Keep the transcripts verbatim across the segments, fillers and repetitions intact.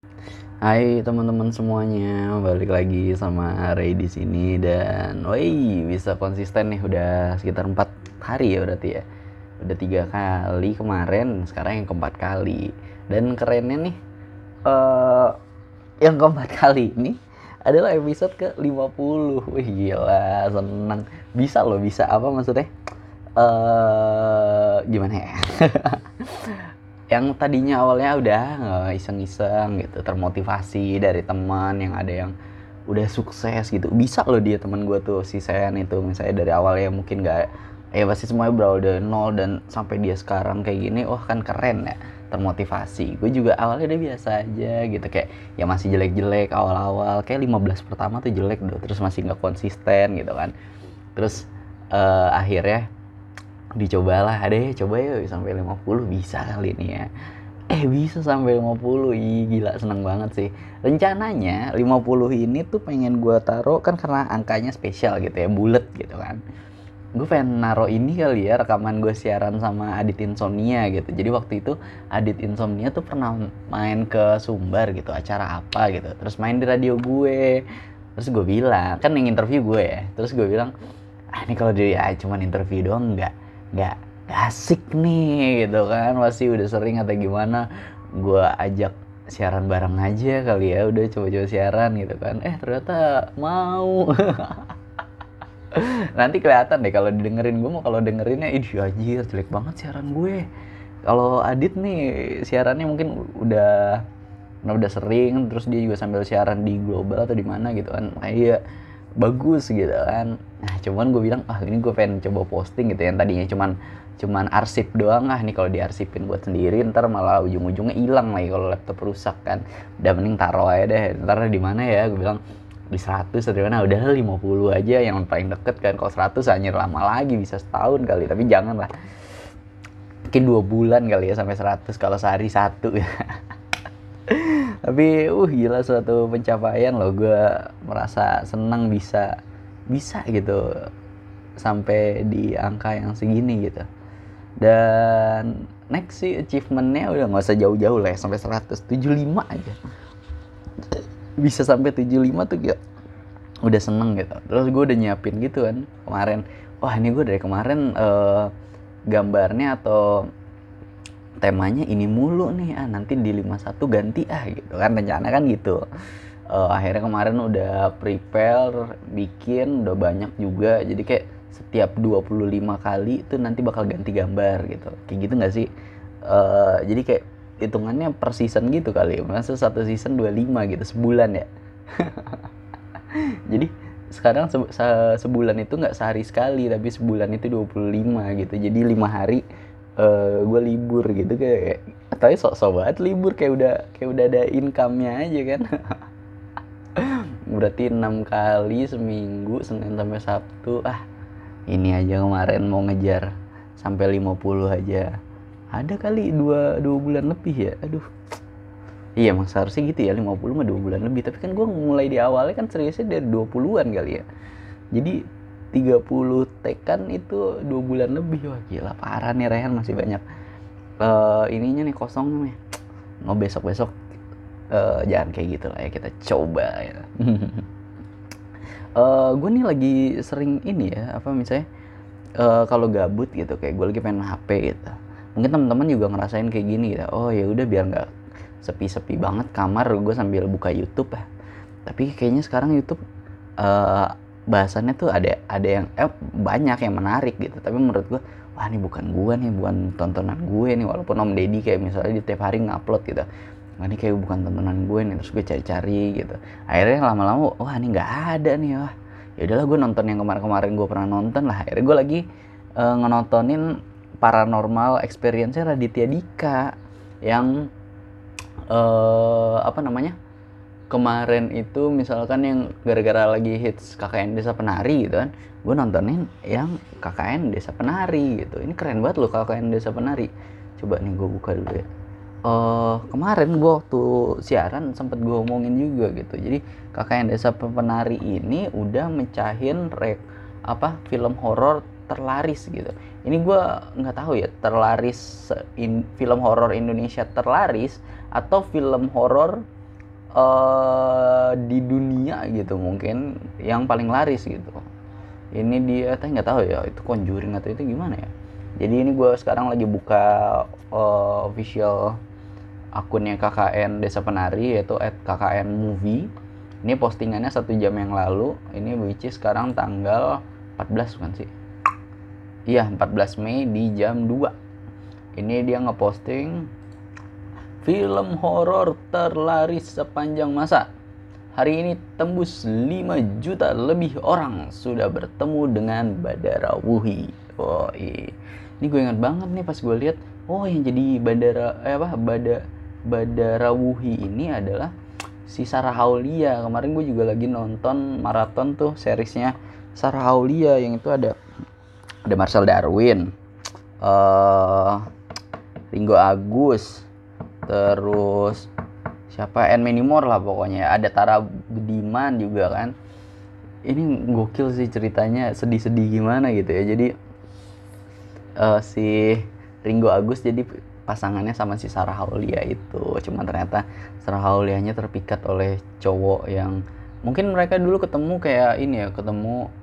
Hai teman-teman semuanya, balik lagi sama Ray di sini dan woi bisa konsisten nih udah sekitar empat hari ya berarti ya. Udah tiga kali kemarin, sekarang yang keempat kali. Dan kerennya nih eh yang keempat kali ini adalah episode ke lima puluh. Wih gila, seneng. Bisa loh, bisa apa maksudnya? Eh gimana ya? Yang tadinya awalnya udah uh, iseng-iseng gitu, termotivasi dari teman yang ada yang udah sukses gitu, bisa loh dia teman gue tuh si Sen itu misalnya dari awalnya mungkin nggak, ya pasti semuanya berawal dari nol dan sampai dia sekarang kayak gini, wah kan keren ya, termotivasi. Gue juga awalnya udah biasa aja gitu, kayak ya masih jelek-jelek awal-awal, kayak lima belas pertama tuh jelek tuh, terus masih nggak konsisten gitu kan, terus uh, akhirnya dicobalah deh, coba yuk sampai lima puluh, bisa kali ini ya. Eh bisa sampai lima puluh, ih gila seneng banget sih. Rencananya lima puluh ini tuh pengen gue taruh kan karena angkanya spesial gitu ya, bulet gitu kan. Gue pengen naruh ini kali ya, rekaman gue siaran sama Adit Insomnia gitu. Jadi waktu itu Adit Insomnia tuh pernah main ke Sumbar gitu, acara apa gitu. Terus main di radio gue. Terus gue bilang, kan yang interview gue ya. Terus gue bilang, ah ini kalau dia ya, cuman interview doang nggak nggak asik nih gitu kan, pasti udah sering atau gimana, gue ajak siaran bareng aja kali ya, udah coba-coba siaran gitu kan, eh ternyata mau. Nanti kelihatan deh kalau didengerin, gue mau kalau dengerinnya ih anjir jelek banget siaran gue. Kalau Adit nih siarannya mungkin udah udah sering, terus dia juga sambil siaran di global atau di mana gitu kan, kayak bagus gitu kan. Nah cuman gue bilang ah ini gue pengen coba posting gitu, yang tadinya cuman cuman arsip doang, ah nih kalau diarsipin buat sendiri ntar malah ujung-ujungnya hilang lagi kalau laptop rusak kan, udah mending taruh aja deh, ntar di mana ya, gue bilang di seratus atau mana, udah lima puluh aja yang paling deket kan, kalau seratus anjir lama lagi, bisa setahun kali, tapi jangan lah, mungkin dua bulan kali ya sampai seratus kalau sehari satu ya. Tapi uh gila suatu pencapaian loh, gue merasa senang bisa bisa gitu sampai di angka yang segini gitu. Dan next sih achievementnya udah nggak usah jauh-jauh lah ya, sampai seratus tujuh puluh lima aja, bisa sampai tujuh puluh lima tuh ya udah seneng gitu. Terus gue udah nyiapin gitu kan kemarin, wah ini gue dari kemarin uh, gambarnya atau temanya ini mulu nih, ah nanti di lima puluh satu ganti ah gitu kan, rencana kan gitu. Uh, akhirnya kemarin udah prepare, bikin udah banyak juga, jadi kayak setiap dua puluh lima kali itu nanti bakal ganti gambar gitu, kayak gitu nggak sih? Uh, jadi kayak hitungannya per season gitu kali, masa satu season dua puluh lima gitu sebulan ya. Jadi sekarang se se- sebulan itu nggak sehari sekali, tapi sebulan itu dua puluh lima gitu, jadi lima hari uh, gue libur gitu, kayak tapi sok-sok banget libur, kayak udah kayak udah ada income-nya aja kan. Berarti enam kali seminggu, Senin sampai Sabtu. Ah ini aja kemarin mau ngejar sampai lima puluh aja ada kali dua dua bulan lebih ya, aduh. Iya emang seharusnya gitu ya, lima puluh mah dua bulan lebih, tapi kan gue mulai di awalnya kan seriusnya dari dua puluhan kali ya, jadi tiga puluh tekan itu dua bulan lebih. Wah gila parah nih, Rehan masih banyak uh, ininya nih kosong nih, mau besok-besok uh, jangan kayak gitu lah ya, kita coba ya. uh, gue nih lagi sering ini ya, apa misalnya uh, kalau gabut gitu, kayak gue lagi pengen H P gitu, mungkin teman-teman juga ngerasain kayak gini gitu, oh ya udah biar nggak sepi-sepi banget kamar, gue sambil buka YouTube ya. Tapi kayaknya sekarang YouTube uh, bahasannya tuh ada ada yang eh, banyak yang menarik gitu, tapi menurut gue wah ini bukan gue nih, bukan tontonan gue nih, walaupun Om Deddy kayak misalnya di tiap hari ngupload gitu, wah ini kayak bukan tontonan gue nih, terus gue cari-cari gitu, akhirnya lama-lama wah ini nggak ada nih, wah ya udahlah gue nonton yang kemarin-kemarin gue pernah nonton lah. Akhirnya gue lagi uh, ngenontonin Paranormal Experience-nya Raditya Dika yang uh, apa namanya, kemarin itu misalkan yang gara-gara lagi hits K K N Desa Penari gitu kan, gue nontonin yang K K N Desa Penari gitu. Ini keren banget loh K K N Desa Penari. Coba nih gue buka dulu ya. Uh, kemarin gue waktu siaran sempet gue omongin juga gitu. Jadi K K N Desa Penari ini udah mecahin rek apa film horor terlaris gitu. Ini gue nggak tahu ya, terlaris in, film horor Indonesia terlaris atau film horor uh, di dunia gitu mungkin yang paling laris gitu. Ini dia, tapi nggak tahu ya itu Conjuring atau itu gimana ya. Jadi ini gue sekarang lagi buka uh, official akunnya K K N Desa Penari, yaitu at K K N Movie. Ini postingannya satu jam yang lalu. Ini which is sekarang tanggal empat belas bukan sih? Iya, empat belas Mei di jam dua. Ini dia ngeposting film horor terlaris sepanjang masa. Hari ini tembus lima juta lebih orang sudah bertemu dengan Bandara Wuhi. Oh, iya. Ini gue ingat banget nih pas gue lihat, oh yang jadi bandara eh apa Bada Bandara Wuhi ini adalah si Sarah Aulia. Kemarin gue juga lagi nonton maraton tuh seriesnya Sarah Aulia yang itu ada ada Marcel Darwin, uh, Ringo Agus, terus siapa and many more lah pokoknya. Ada Tara Budiman juga kan. Ini gokil sih ceritanya, sedih-sedih gimana gitu ya. Jadi uh, si Ringo Agus jadi pasangannya sama si Sarah Aulia itu. Cuma ternyata Sarah Aulianya terpikat oleh cowok yang mungkin mereka dulu ketemu kayak ini ya, ketemu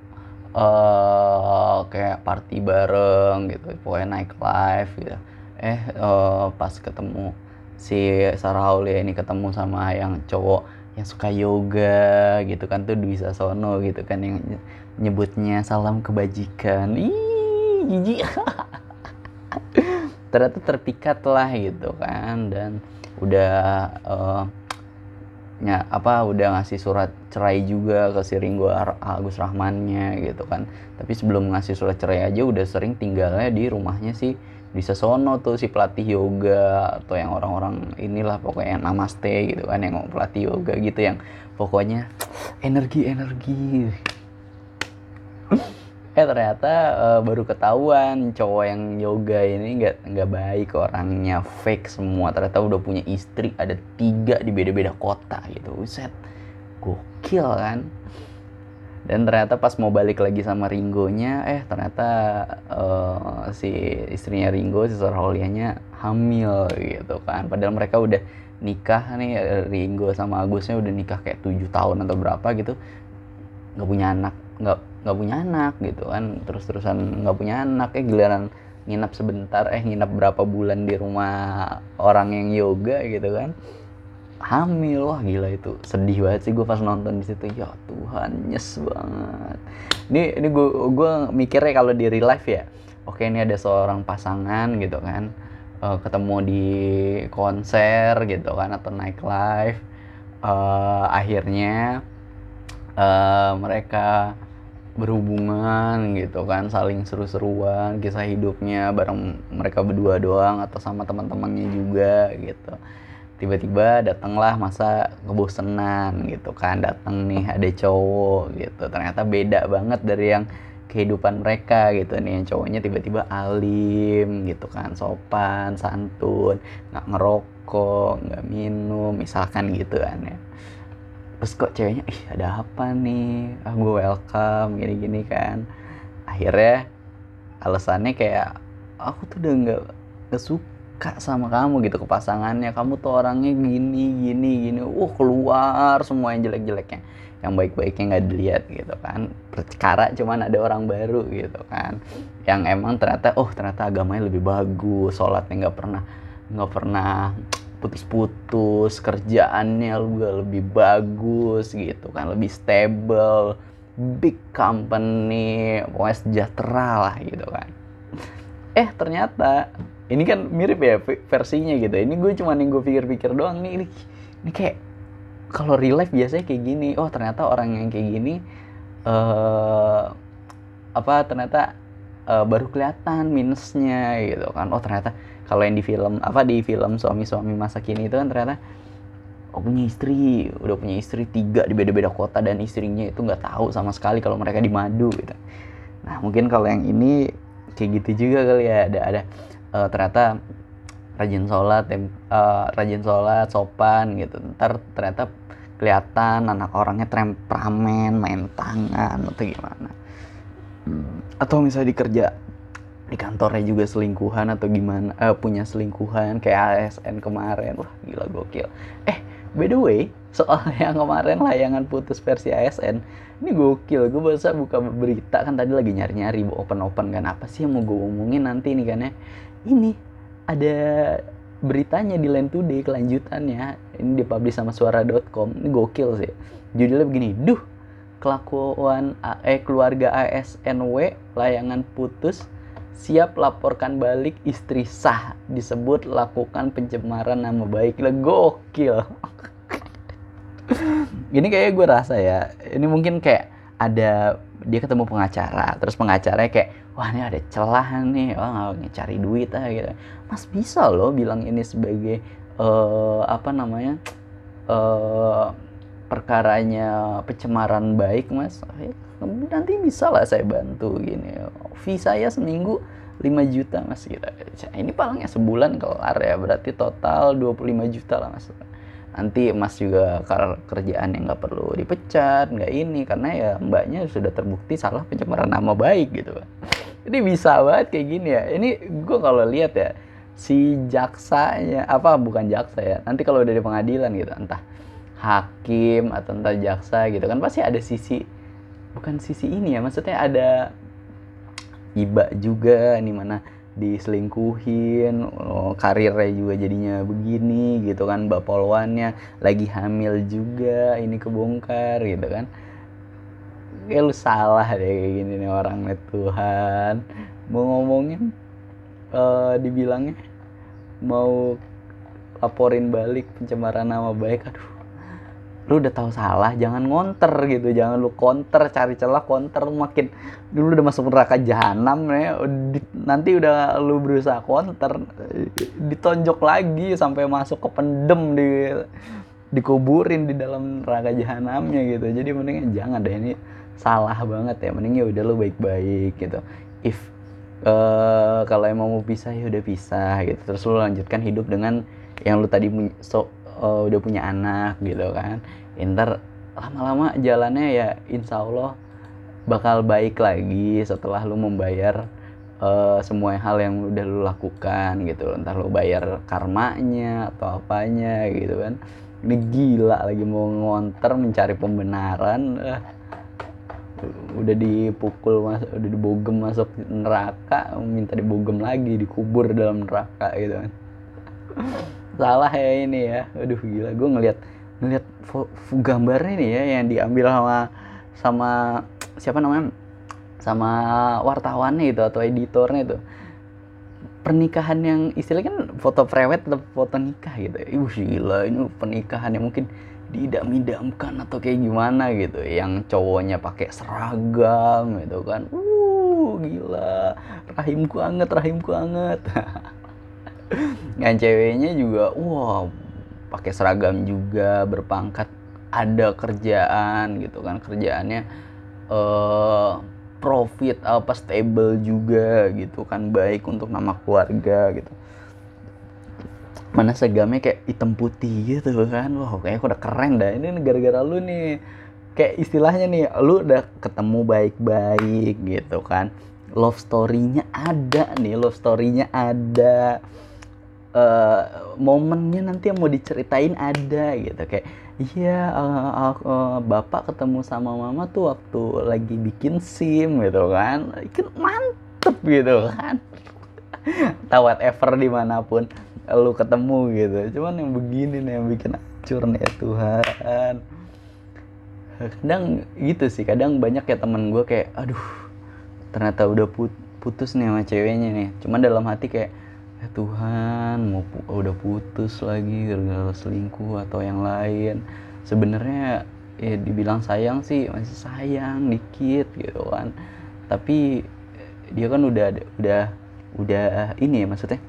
uh, kayak party bareng gitu, pokoknya night life gitu. Eh uh, pas ketemu si Sarah Aulia ini ketemu sama yang cowok yang suka yoga gitu kan, tuh Dwi Sasono gitu kan, yang nyebutnya salam kebajikan. Ih, jijik. Ternyata terpikat lah gitu kan, dan udah uh, ya apa udah ngasih surat cerai juga ke si Ringo Agus Rahmannya gitu kan. Tapi sebelum ngasih surat cerai aja udah sering tinggalnya di rumahnya si Dwi Sasono tuh, si pelatih yoga atau yang orang-orang inilah pokoknya yang namaste gitu kan, yang pelatih yoga gitu, yang pokoknya energi-energi. Eh ternyata uh, baru ketahuan cowok yang yoga ini nggak nggak baik orangnya, fake semua. Ternyata udah punya istri ada tiga di beda-beda kota gitu. Buset, gokil kan. Dan ternyata pas mau balik lagi sama Ringonya, eh ternyata uh, si istrinya Ringo, si Sarah Aulianya hamil gitu kan. Padahal mereka udah nikah nih, Ringo sama Agusnya udah nikah kayak tujuh tahun atau berapa gitu, nggak punya anak, nggak nggak punya anak gitu kan, terus-terusan nggak punya anak. Eh giliran nginap sebentar, eh nginap berapa bulan di rumah orang yang yoga gitu kan, hamil. Wah gila, itu sedih banget sih gue pas nonton di situ. Ya Tuhan, nyes banget. Ini ini gue gue mikirnya kalau di real life ya, oke ini ada seorang pasangan gitu kan, uh, ketemu di konser gitu kan atau night life, uh, akhirnya uh, mereka berhubungan gitu kan, saling seru-seruan kisah hidupnya bareng mereka berdua doang atau sama teman-temannya juga gitu. Tiba-tiba datanglah masa kebosanan gitu kan, datang nih ada cowok gitu, ternyata beda banget dari yang kehidupan mereka gitu nih. Yang cowoknya tiba-tiba alim gitu kan, sopan santun, nggak ngerokok, nggak minum misalkan gitu kan ya. Terus kok ceweknya, ih ada apa nih, ah gue welcome gini-gini kan. Akhirnya alasannya kayak, aku tuh udah gak, gak suka sama kamu gitu, ke pasangannya. Kamu tuh orangnya gini, gini, gini. Uh keluar semua yang jelek-jeleknya, yang baik-baiknya gak dilihat gitu kan. Perkara cuman ada orang baru gitu kan, yang emang ternyata, oh ternyata agamanya lebih bagus, sholatnya gak pernah Gak pernah putus-putus, kerjaannya juga lebih bagus gitu kan, lebih stable, big company, pokoknya sejahtera lah gitu kan. Eh ternyata ini kan mirip ya versinya gitu. Ini gue cuma yang gue pikir-pikir doang nih, ini, ini kayak kalau real life biasanya kayak gini. Oh ternyata orang yang kayak gini uh, apa ternyata uh, baru kelihatan minusnya gitu kan. Oh ternyata kalau yang di film apa di film suami-suami masa kini itu kan ternyata oh punya istri, udah punya istri tiga di beda-beda kota, dan istrinya itu nggak tahu sama sekali kalau mereka di madu gitu. Nah mungkin kalau yang ini kayak gitu juga kali ya, ada ada uh, ternyata rajin sholat, uh, rajin sholat, sopan gitu. Ntar ternyata kelihatan anak orangnya temperamen, main tangan atau gimana. Hmm. Atau misalnya dikerja di kantornya juga selingkuhan atau gimana, eh, punya selingkuhan kayak A S N kemarin. Wah gila gokil. Eh By the way, soal yang kemarin layangan putus versi A S N, ini gokil. Gue baca buka berita kan tadi lagi nyari-nyari open-open kan, apa sih yang mau gue omongin nanti nih kan ya. Ini ada beritanya di Line Today kelanjutannya. Ini dipublish sama suara dot com. Ini gokil sih. Judulnya begini, duh, kelakuan eh keluarga A S N W layangan putus siap laporkan balik istri sah, disebut lakukan pencemaran nama baik. Lah gokil. Ini kayaknya gue rasa ya, ini mungkin kayak ada dia ketemu pengacara, terus pengacaranya kayak, wah ini ada celah nih, wah nggak cari duit ah gitu. Mas bisa loh bilang ini sebagai uh, apa namanya uh, perkaranya pencemaran baik mas, nanti bisa lah saya bantu gini. Fee saya seminggu lima juta mas gitu. Ini palingnya sebulan kelar ya, berarti total dua puluh lima juta lah mas. Nanti mas juga kerjaan yang nggak perlu dipecat, nggak ini, karena ya mbaknya sudah terbukti salah pencemaran nama baik gitu. Ini bisa banget kayak gini ya. Ini gue kalau lihat ya, si jaksanya, apa bukan jaksa ya, nanti kalau udah di pengadilan gitu, entah hakim atau entah jaksa gitu kan, pasti ada sisi, bukan sisi ini ya, maksudnya ada iba juga nih, mana diselingkuhin, oh, karirnya juga jadinya begini gitu kan, mbak polwannya lagi hamil juga, ini kebongkar gitu kan. Kayak lu salah deh kayak gini nih orang nih, Tuhan. Mau ngomongin uh, dibilangnya mau laporin balik pencemaran nama baik, aduh, lu udah tahu salah jangan ngonter gitu, jangan lu counter, cari celah counter, makin dulu udah masuk neraka jahanam ya, nanti udah lu berusaha counter ditonjok lagi sampai masuk ke pendem, di dikuburin di dalam neraka jahanamnya gitu. Jadi mending jangan deh, ini salah banget ya, mending ya udah lu baik-baik gitu. If uh, kalau emang mau pisah ya udah pisah gitu, terus lu lanjutkan hidup dengan yang lu tadi so, uh, udah punya anak gitu kan. Ntar lama-lama jalannya ya insya Allah bakal baik lagi setelah lu membayar uh, semua hal yang udah lu lakukan gitu. Ntar lu bayar karmanya atau apanya gitu kan. Ini gila lagi mau ngonter mencari pembenaran, uh, udah dipukul, mas, udah dibogem masuk neraka, minta dibogem lagi, dikubur dalam neraka gitu kan. Salah ya ini ya. Aduh gila, gue ngeliat ngeliat gambarnya nih ya yang diambil sama sama siapa namanya, sama wartawannya itu atau editornya itu, pernikahan yang istilahnya kan foto prewed atau foto nikah gitu. Ih gila, ini pernikahan yang mungkin diidam-idamkan atau kayak gimana gitu, yang cowoknya pakai seragam gitu kan. Uh gila, rahimku anget, rahimku anget. Yang ceweknya juga wow, pakai seragam juga, berpangkat, ada kerjaan gitu kan, kerjaannya uh, profit apa stable juga gitu kan, baik untuk nama keluarga gitu. Mana seragamnya kayak hitam putih gitu kan, wah kayaknya udah keren dah. Ini gara-gara lu nih, kayak istilahnya nih, lu udah ketemu baik-baik gitu kan, love story-nya ada nih, love story-nya ada, Uh, momennya nanti yang mau diceritain ada gitu, kayak iya uh, uh, bapak ketemu sama mama tuh waktu lagi bikin SIM gitu kan, kan mantep gitu kan. Atau whatever dimanapun lu ketemu gitu. Cuman yang begini nih yang bikin hancur nih ya Tuhan. Kadang gitu sih, kadang banyak ya temen gue kayak aduh ternyata udah putus nih sama ceweknya nih, cuman dalam hati kayak ya Tuhan, mau pu- udah putus lagi gara-gara selingkuh atau yang lain. Sebenarnya ya dibilang sayang sih masih sayang dikit gitu kan, tapi dia kan udah udah udah ini ya, maksudnya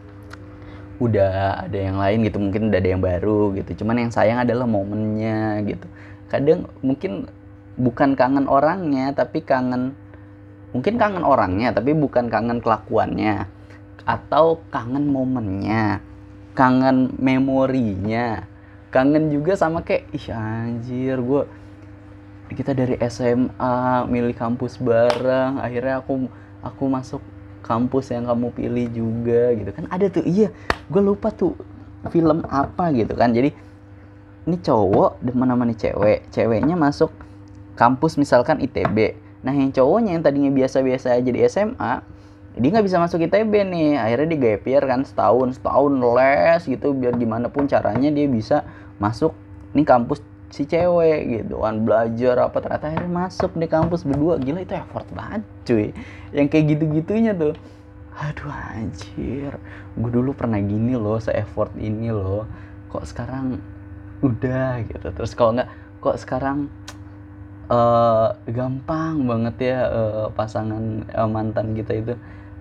udah ada yang lain gitu, mungkin udah ada yang baru gitu. Cuman yang sayang adalah momennya gitu. Kadang mungkin bukan kangen orangnya, tapi kangen, mungkin kangen orangnya tapi bukan kangen kelakuannya, atau kangen momennya, kangen memorinya, kangen juga sama kayak ih anjir, gue kita dari S M A milih kampus bareng, akhirnya aku aku masuk kampus yang kamu pilih juga gitu kan. Ada tuh, iya gue lupa tuh film apa gitu kan. Jadi ini cowok demen sama nih cewek, ceweknya masuk kampus misalkan I T B. Nah yang cowoknya yang tadinya biasa-biasa aja di S M A, dia nggak bisa masuk I T B nih, akhirnya dia gap year kan setahun setahun les gitu biar gimana pun caranya dia bisa masuk nih kampus si cewek gitu kan, belajar apa ternyata akhirnya masuk di kampus berdua. Gila itu effort banget cuy, yang kayak gitu-gitunya tuh. Aduh anjir, gue dulu pernah gini loh, se-effort ini loh, kok sekarang udah gitu. Terus kalau nggak, kok sekarang uh, gampang banget ya uh, pasangan uh, mantan kita itu,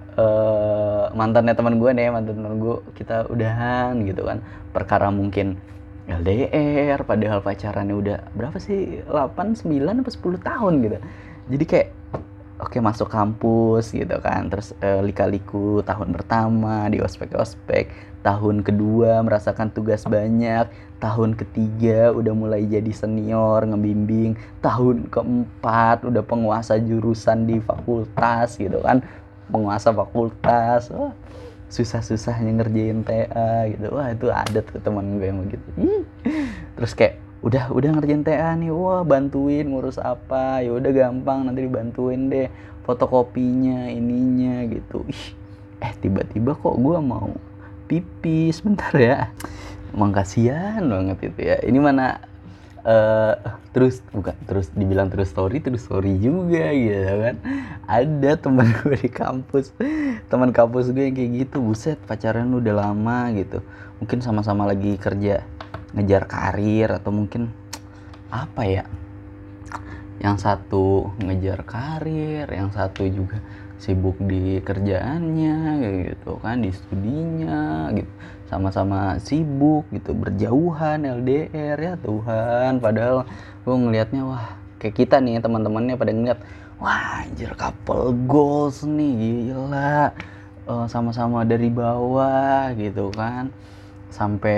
uh, mantannya teman gue nih, mantan teman gue, kita udahan gitu kan, perkara mungkin L D R padahal pacarannya udah berapa sih, delapan, sembilan, apa sepuluh tahun gitu. Jadi kayak oke masuk kampus gitu kan, terus uh, lika-liku tahun pertama di ospek-ospek, tahun kedua merasakan tugas banyak, tahun ketiga udah mulai jadi senior ngebimbing, tahun keempat udah penguasa jurusan di fakultas gitu kan, penguasa fakultas. Wah, susah-susahnya ngerjain T A gitu. Wah itu ada tuh teman gue yang begitu. Terus kayak udah udah ngerjain T A nih, wah bantuin ngurus apa, ya udah gampang nanti dibantuin deh fotokopinya ininya gitu. Ih, eh tiba-tiba kok gue mau pipis sebentar ya, emang kasihan banget itu ya. Ini mana uh, terus bukan terus dibilang terus story terus story juga gitu kan. Ada teman gue di kampus, teman kampus gue yang kayak gitu, buset pacaran udah lama gitu, mungkin sama-sama lagi kerja ngejar karir atau mungkin apa ya, yang satu ngejar karir, yang satu juga sibuk di kerjaannya gitu kan, di studinya gitu, sama-sama sibuk gitu, berjauhan L D R ya Tuhan. Padahal gue ngelihatnya wah kayak kita nih teman-temannya pada ngeliat, wah anjir couple goals nih gila, uh, sama-sama dari bawah gitu kan, sampai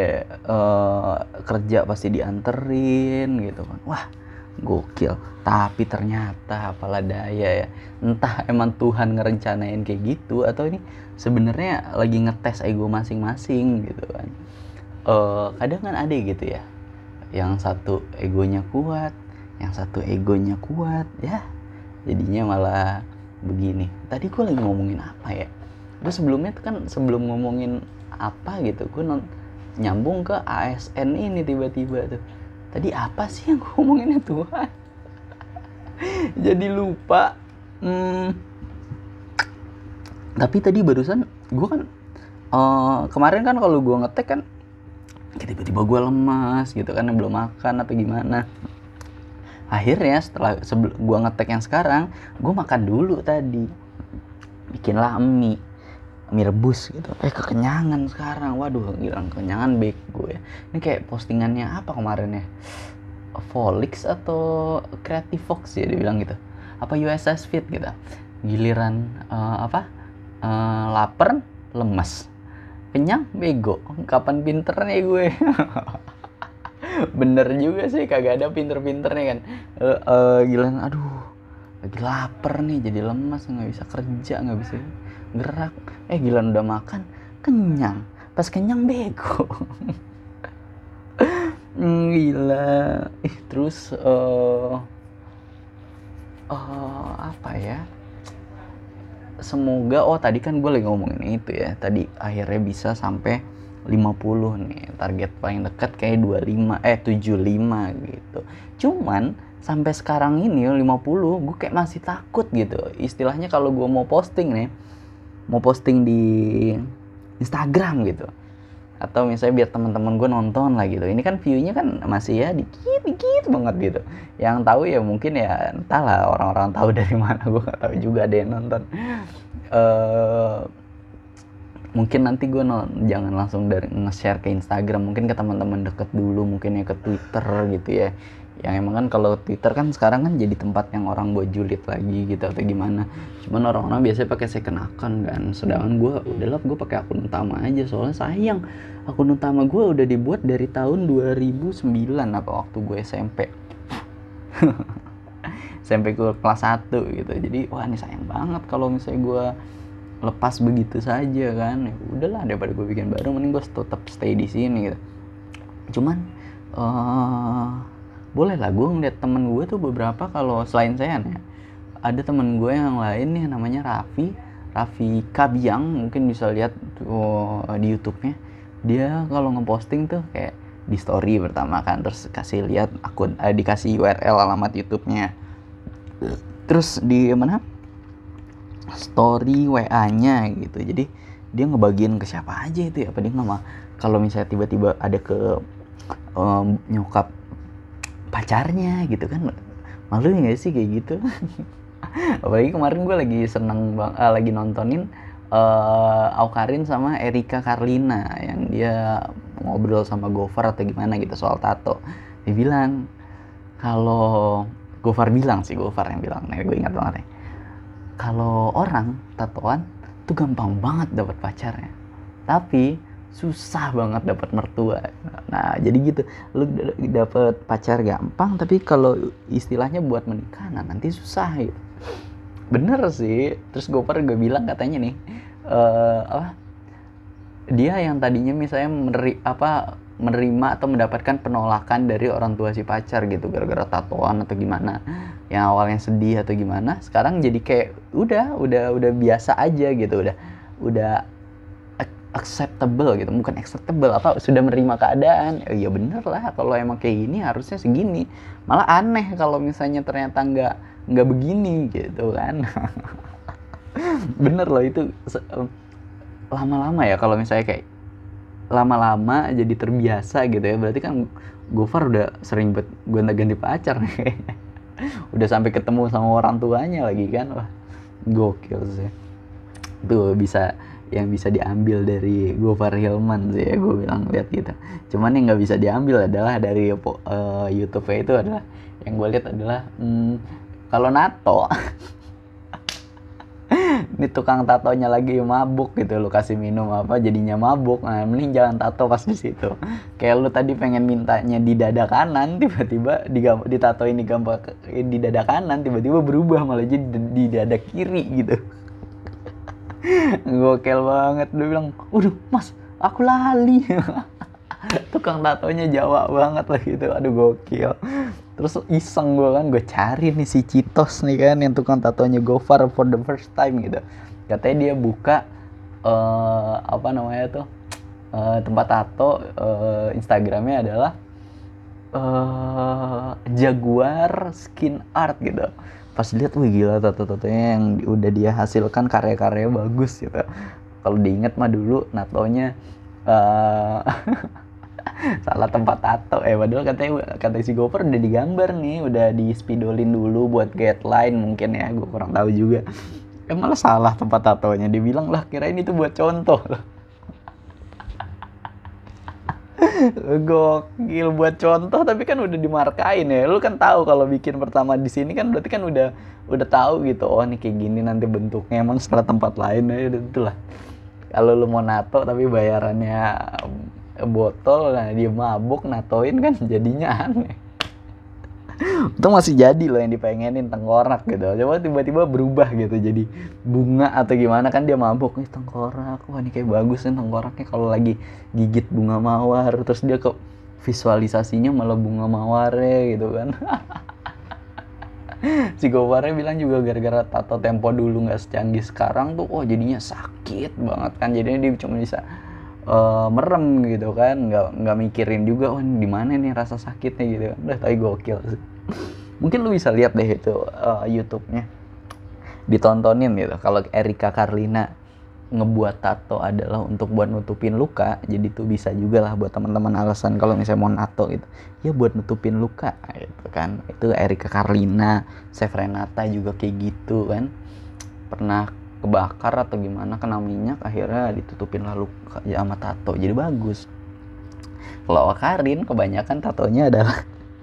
uh, kerja pasti dianterin gitu kan. Wah gokil. Tapi ternyata apalah daya ya, entah emang Tuhan ngerencanain kayak gitu atau ini sebenarnya lagi ngetes ego masing-masing gitu kan. Uh, kadang kan ada gitu ya, yang satu egonya kuat, yang satu egonya kuat ya, jadinya malah begini. Tadi gue lagi ngomongin apa ya, terus sebelumnya tuh kan sebelum ngomongin apa gitu gue non- nyambung ke A S N ini tiba-tiba tuh. Tadi apa sih yang gue ngomonginnya Tuhan? Jadi lupa. hmm. Tapi tadi barusan gue kan uh, kemarin kan kalau gue ngetek kan tiba-tiba gue lemas gitu kan, belum makan apa gimana. Akhirnya setelah sebelum gue ngetek yang sekarang, gue makan dulu tadi, bikinlah mie mie rebus gitu. Eh kekenyangan sekarang. Waduh gila kekenyangan bego ya. Ini kayak postingannya apa kemarin ya, Volix atau Creative Fox ya dibilang gitu, apa U S S Fit gitu, giliran uh, apa uh, lapar lemes, kenyang bego, kapan pinternya gue. Bener juga sih, kagak ada pinter-pinternya kan. uh, uh, giliran aduh lagi lapar nih jadi lemas, nggak bisa kerja, nggak bisa gerak. Eh giliran udah makan kenyang, pas kenyang bego. Gila. Ih terus uh, uh, apa ya, semoga, oh tadi kan gue lagi ngomongin itu ya, tadi akhirnya bisa sampai lima puluh nih, target paling dekat kayak dua puluh lima eh tujuh puluh lima gitu. Cuman sampai sekarang ini lima puluh gue kayak masih takut gitu. Istilahnya kalau gue mau posting nih, mau posting di Instagram gitu, atau misalnya biar teman-teman gue nonton lah gitu, ini kan view-nya kan masih ya dikit dikit banget gitu. Yang tahu ya mungkin ya entahlah orang-orang tahu dari mana, gue nggak tahu juga ada yang nonton. Uh, mungkin nanti gue no, jangan langsung dari nge-share ke Instagram, mungkin ke teman-teman deket dulu, mungkin ya ke Twitter gitu ya. Yang emang kan kalau Twitter kan sekarang kan jadi tempat yang orang buat julid lagi gitu atau gimana. Cuman orang-orang biasanya pakai second account kan, sedangkan gue udahlah gue pakai akun utama aja, soalnya sayang akun utama gue udah dibuat dari tahun dua ribu sembilan apa waktu gue S M P. S M P gue kelas satu gitu. Jadi wah ini sayang banget kalau misalnya gue lepas begitu saja kan. Ya udahlah daripada gue bikin baru, mending gue tetap stay di sini gitu. Cuman uh, boleh lah gue ngeliat temen gue tuh beberapa, kalau selain saya ya, ada temen gue yang lain nih namanya Raffi Raffi Kabiang, mungkin bisa lihat tuh di YouTube-nya. Dia kalau ngeposting tuh kayak di story pertama kan, terus kasih lihat akun, eh, dikasih U R L alamat YouTube-nya, terus di mana story W A-nya gitu. Jadi dia ngebagiin ke siapa aja itu ya, apa dia nggak mah kalau misalnya tiba-tiba ada ke um, nyokap pacarnya gitu kan, malu nggak sih kayak gitu. Apalagi kemarin gue lagi seneng bang, uh, lagi nontonin uh, Awkarin sama Erika Karlina yang dia ngobrol sama Gofar atau gimana gitu soal tato. Dia bilang kalau Gofar bilang sih, Gofar yang bilang, nah gue ingat banget ya, kalau orang tatoan tuh gampang banget dapat pacarnya, tapi susah banget dapat mertua. Nah jadi gitu, lu dapat pacar gampang, tapi kalau istilahnya buat menikah nah nanti susah gitu. Bener sih. Terus Gopar juga bilang katanya nih, uh, apa dia yang tadinya misalnya meneri, apa menerima atau mendapatkan penolakan dari orang tua si pacar gitu gara-gara tatoan atau gimana, yang awalnya sedih atau gimana, sekarang jadi kayak udah udah udah biasa aja gitu, udah udah acceptable gitu, bukan acceptable apa, sudah menerima keadaan. Oh, iya bener lah, kalau emang kayak gini harusnya segini. Malah aneh kalau misalnya ternyata nggak nggak begini gitu kan. Bener loh itu, lama-lama ya kalau misalnya kayak lama-lama jadi terbiasa gitu ya, berarti kan Gofar udah sering buat gonta-ganti pacar nih. Udah sampai ketemu sama orang tuanya lagi kan. Wah gokil sih tuh, bisa yang bisa diambil dari Gofar Hilman sih ya, gue bilang lihat gitu. Cuman yang nggak bisa diambil adalah dari uh, YouTube-nya itu adalah, yang gue lihat adalah hmm, kalau nato ini tukang tatonya lagi mabuk gitu, lu kasih minum apa jadinya mabuk, nah mending jangan tato pas di situ. Kayak lu tadi pengen mintanya di dada kanan, tiba-tiba ditatoin di gambar di dada kanan, tiba-tiba berubah malah jadi di dada kiri gitu. Gokil banget. Dia bilang, waduh mas aku lali. Tukang tatonya Jawa banget lah gitu, aduh gokil. Terus iseng gue kan, gue cari nih si Citos nih kan, yang tukang tatonya Gofar for the first time gitu. Katanya dia buka uh, apa namanya tuh uh, tempat tato, uh, Instagramnya adalah uh, Jaguar Skin Art gitu. Pas lihat, wih gila tato-tatonya yang udah dia hasilkan, karya-karya bagus gitu. Kalau diinget mah dulu natonya uh, salah tempat tato, eh padahal katanya kata si Gopher udah digambar nih, udah di spidolin dulu buat guideline mungkin ya, gue kurang tahu juga. Eh malah salah tempat tatonya, dibilang lah kirain itu buat contoh. Gokil, buat contoh tapi kan udah dimarkain ya. Lu kan tahu kalau bikin pertama di sini kan berarti kan udah udah tahu gitu. Oh nih kayak gini nanti bentuknya, emang salah tempat lain ya itulah. Kalau lu mau nato tapi bayarannya botol, nah dia mabuk natoin kan jadinya aneh. Itu masih jadi loh yang dipengenin tengkorak gitu, coba tiba-tiba berubah gitu jadi bunga atau gimana kan, dia mabuk nih tengkorak, wah ini kayak bagus nih tengkoraknya kalau lagi gigit bunga mawar, terus dia ke visualisasinya malah bunga mawarnya gitu kan. Si Gofarnya bilang juga gara-gara tato tempo dulu nggak secanggih sekarang tuh, oh jadinya sakit banget kan, jadinya dia cuma bisa uh, merem gitu kan, nggak nggak mikirin juga oh di mana nih rasa sakitnya gitu kan. Udah tapi gokil sih. Mungkin lu bisa lihat deh itu uh, YouTube-nya, ditontonin gitu. Kalau Erika Karlina ngebuat tato adalah untuk buat nutupin luka, jadi tuh bisa juga lah buat teman-teman alasan kalau misalnya mau nato gitu ya buat nutupin luka gitu kan. Itu Erika Karlina, Chef Renata juga kayak gitu kan, pernah kebakar atau gimana kena minyak akhirnya ditutupin lalu sama tato jadi bagus. Kalau Awkarin kebanyakan tatonya adalah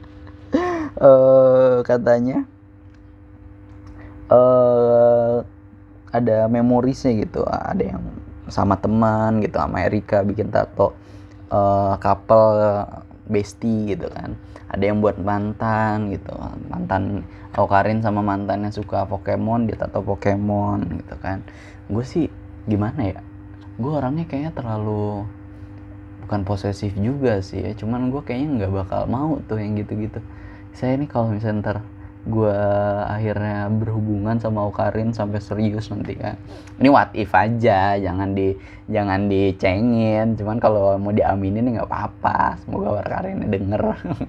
uh, katanya uh, ada memorisnya gitu, ada yang sama teman gitu, sama Erika bikin tato uh, couple bestie gitu kan, ada yang buat mantan gitu, mantan Awkarin sama mantannya suka Pokemon, dia tato Pokemon gitu kan. Gue sih gimana ya, gue orangnya kayaknya terlalu bukan posesif juga sih ya, cuman gue kayaknya nggak bakal mau tuh yang gitu-gitu. Saya ini kalau misalnya ntar gue akhirnya berhubungan sama Awkarin sampai serius nanti kan, ini what if aja, jangan di jangan dicengin, cuman kalau mau diaminin ya nggak apa-apa, semoga Awkarin denger.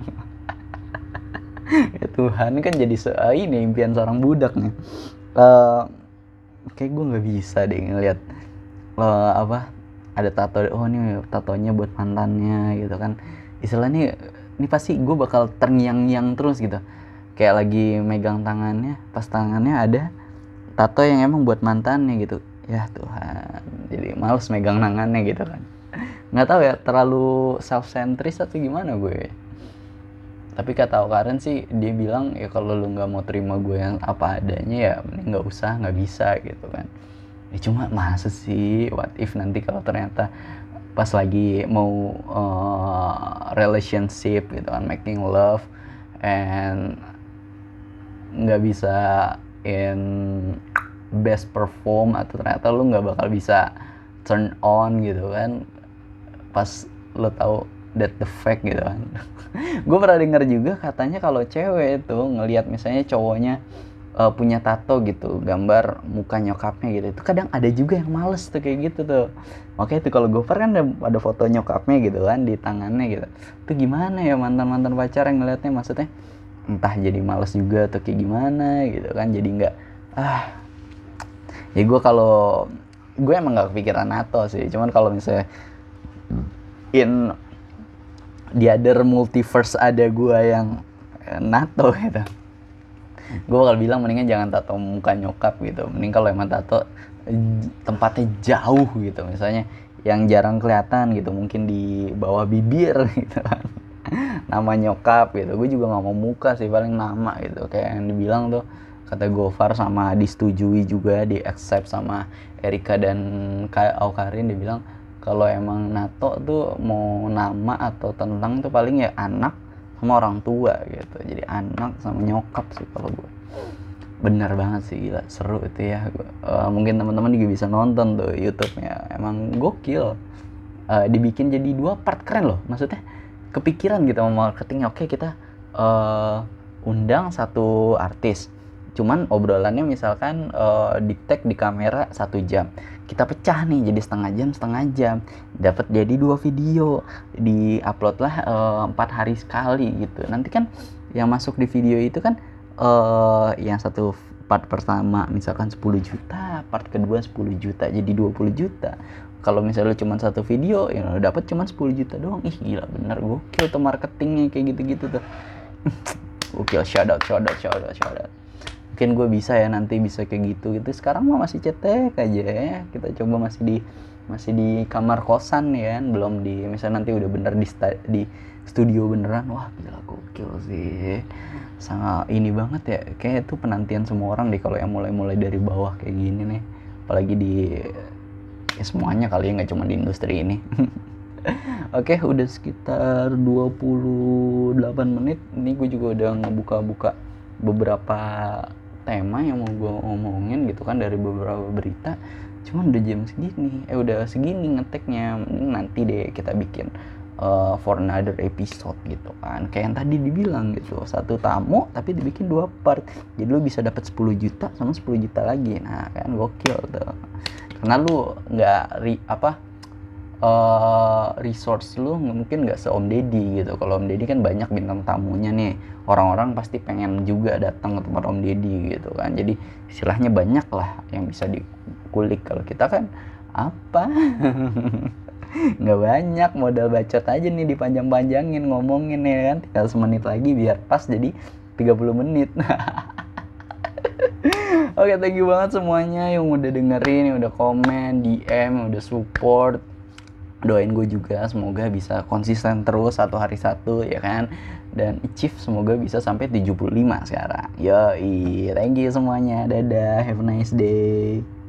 Ya Tuhan, kan jadi se ini impian seorang budak nih. Uh, kayak gue nggak bisa deh ngeliat uh, apa ada tato, oh ini tatonya buat mantannya gitu kan, istilahnya ini pasti gue bakal terngiang-ngiang terus gitu, kayak lagi megang tangannya, pas tangannya ada tato yang emang buat mantannya gitu. Ya Tuhan, jadi males megang tangannya gitu kan. Nggak tahu ya, terlalu self centris atau gimana gue. Tapi kata Awkarin sih, dia bilang ya kalau lu nggak mau terima gue yang apa adanya ya mending nggak usah, nggak bisa gitu kan. Ya cuma masa sih, what if nanti kalau ternyata pas lagi mau uh, relationship gitu kan, making love and nggak bisa in best perform, atau ternyata lu nggak bakal bisa turn on gitu kan pas lu tahu that the fact gitu kan. Gue pernah denger juga katanya kalau cewek itu ngelihat misalnya cowoknya uh, punya tato gitu, gambar muka nyokapnya gitu, itu kadang ada juga yang males tuh kayak gitu tuh. Makanya itu kalau Gofar kan ada, ada foto nyokapnya gitu kan di tangannya gitu. Itu gimana ya mantan-mantan pacar yang ngelihatnya, maksudnya entah jadi males juga atau kayak gimana gitu kan, jadi nggak ah. Ya gue kalau gue emang nggak kepikiran nato sih, cuman kalau misalnya in di other multiverse ada gue yang nato gitu, gue bakal bilang mendingan jangan tato muka nyokap gitu. Mending kalau emang tato tempatnya jauh gitu, misalnya yang jarang kelihatan gitu, mungkin di bawah bibir gitu kan, nama nyokap gitu. Gue juga nggak mau muka sih, paling nama gitu, kayak yang dibilang tuh kata Gofar, sama disetujui juga, di accept sama Erika dan Awkarin. Dia bilang kalau emang nato tuh mau nama atau tentang tuh paling ya anak sama orang tua gitu. Jadi anak sama nyokap sih kalau gue. Bener banget sih, gila seru itu ya. Uh, mungkin teman-teman juga bisa nonton tuh YouTube-nya, emang gokil. Uh, dibikin jadi dua part, keren loh. Maksudnya kepikiran gitu sama marketingnya. Oke, kita uh, undang satu artis, cuman obrolannya misalkan uh, di tag di kamera satu jam, kita pecah nih jadi setengah jam setengah jam, dapat jadi dua video, di upload lah uh, empat hari sekali gitu. Nanti kan yang masuk di video itu kan uh, yang satu part pertama misalkan sepuluh juta, part kedua sepuluh juta, jadi dua puluh juta. Kalau misalnya cuma satu video ya dapat cuma sepuluh juta doang. Ih gila bener, gokil tuh marketingnya kayak gitu-gitu tuh. Gokil, shout out shout out shout out shout out. Mungkin gue bisa ya nanti bisa kayak gitu gitu. Sekarang mah masih cetek aja ya, kita coba masih di masih di kamar kosan ya kan, belum di misalnya nanti udah bener di sta, di studio beneran. Wah gila gokil sih, sangat ini banget ya, kayak itu penantian semua orang deh kalau yang mulai-mulai dari bawah kayak gini nih, apalagi di ya semuanya kali ya, nggak cuma di industri ini. Oke, udah sekitar dua puluh delapan menit ini, gue juga udah ngebuka-buka beberapa tema yang mau gue ngomongin gitu kan dari beberapa berita. Cuman udah jam segini, eh udah segini ngeteknya, nanti deh kita bikin uh, for another episode gitu kan, kayak yang tadi dibilang gitu, satu tamu tapi dibikin dua part, jadi lu bisa dapat sepuluh juta sama sepuluh juta lagi. Nah kan gokil tuh, karena lu nggak apa Uh, resource lu mungkin nggak se-Om Deddy gitu. Kalau Om Deddy kan banyak bintang tamunya nih, orang-orang pasti pengen juga datang ke tempat Om Deddy gitu kan, jadi istilahnya banyak lah yang bisa dikulik. Kalau kita kan apa nggak banyak, modal bacot aja nih, dipanjang-panjangin ngomongin ya kan, tinggal semenit lagi biar pas jadi tiga puluh menit. Oke, okay, thank you banget semuanya yang udah dengerin, yang udah komen, D M, yang udah support. Doain gue juga semoga bisa konsisten terus satu hari satu ya kan, dan achieve semoga bisa sampai tujuh puluh lima sekarang. Yoi, thank you semuanya, dadah, have a nice day.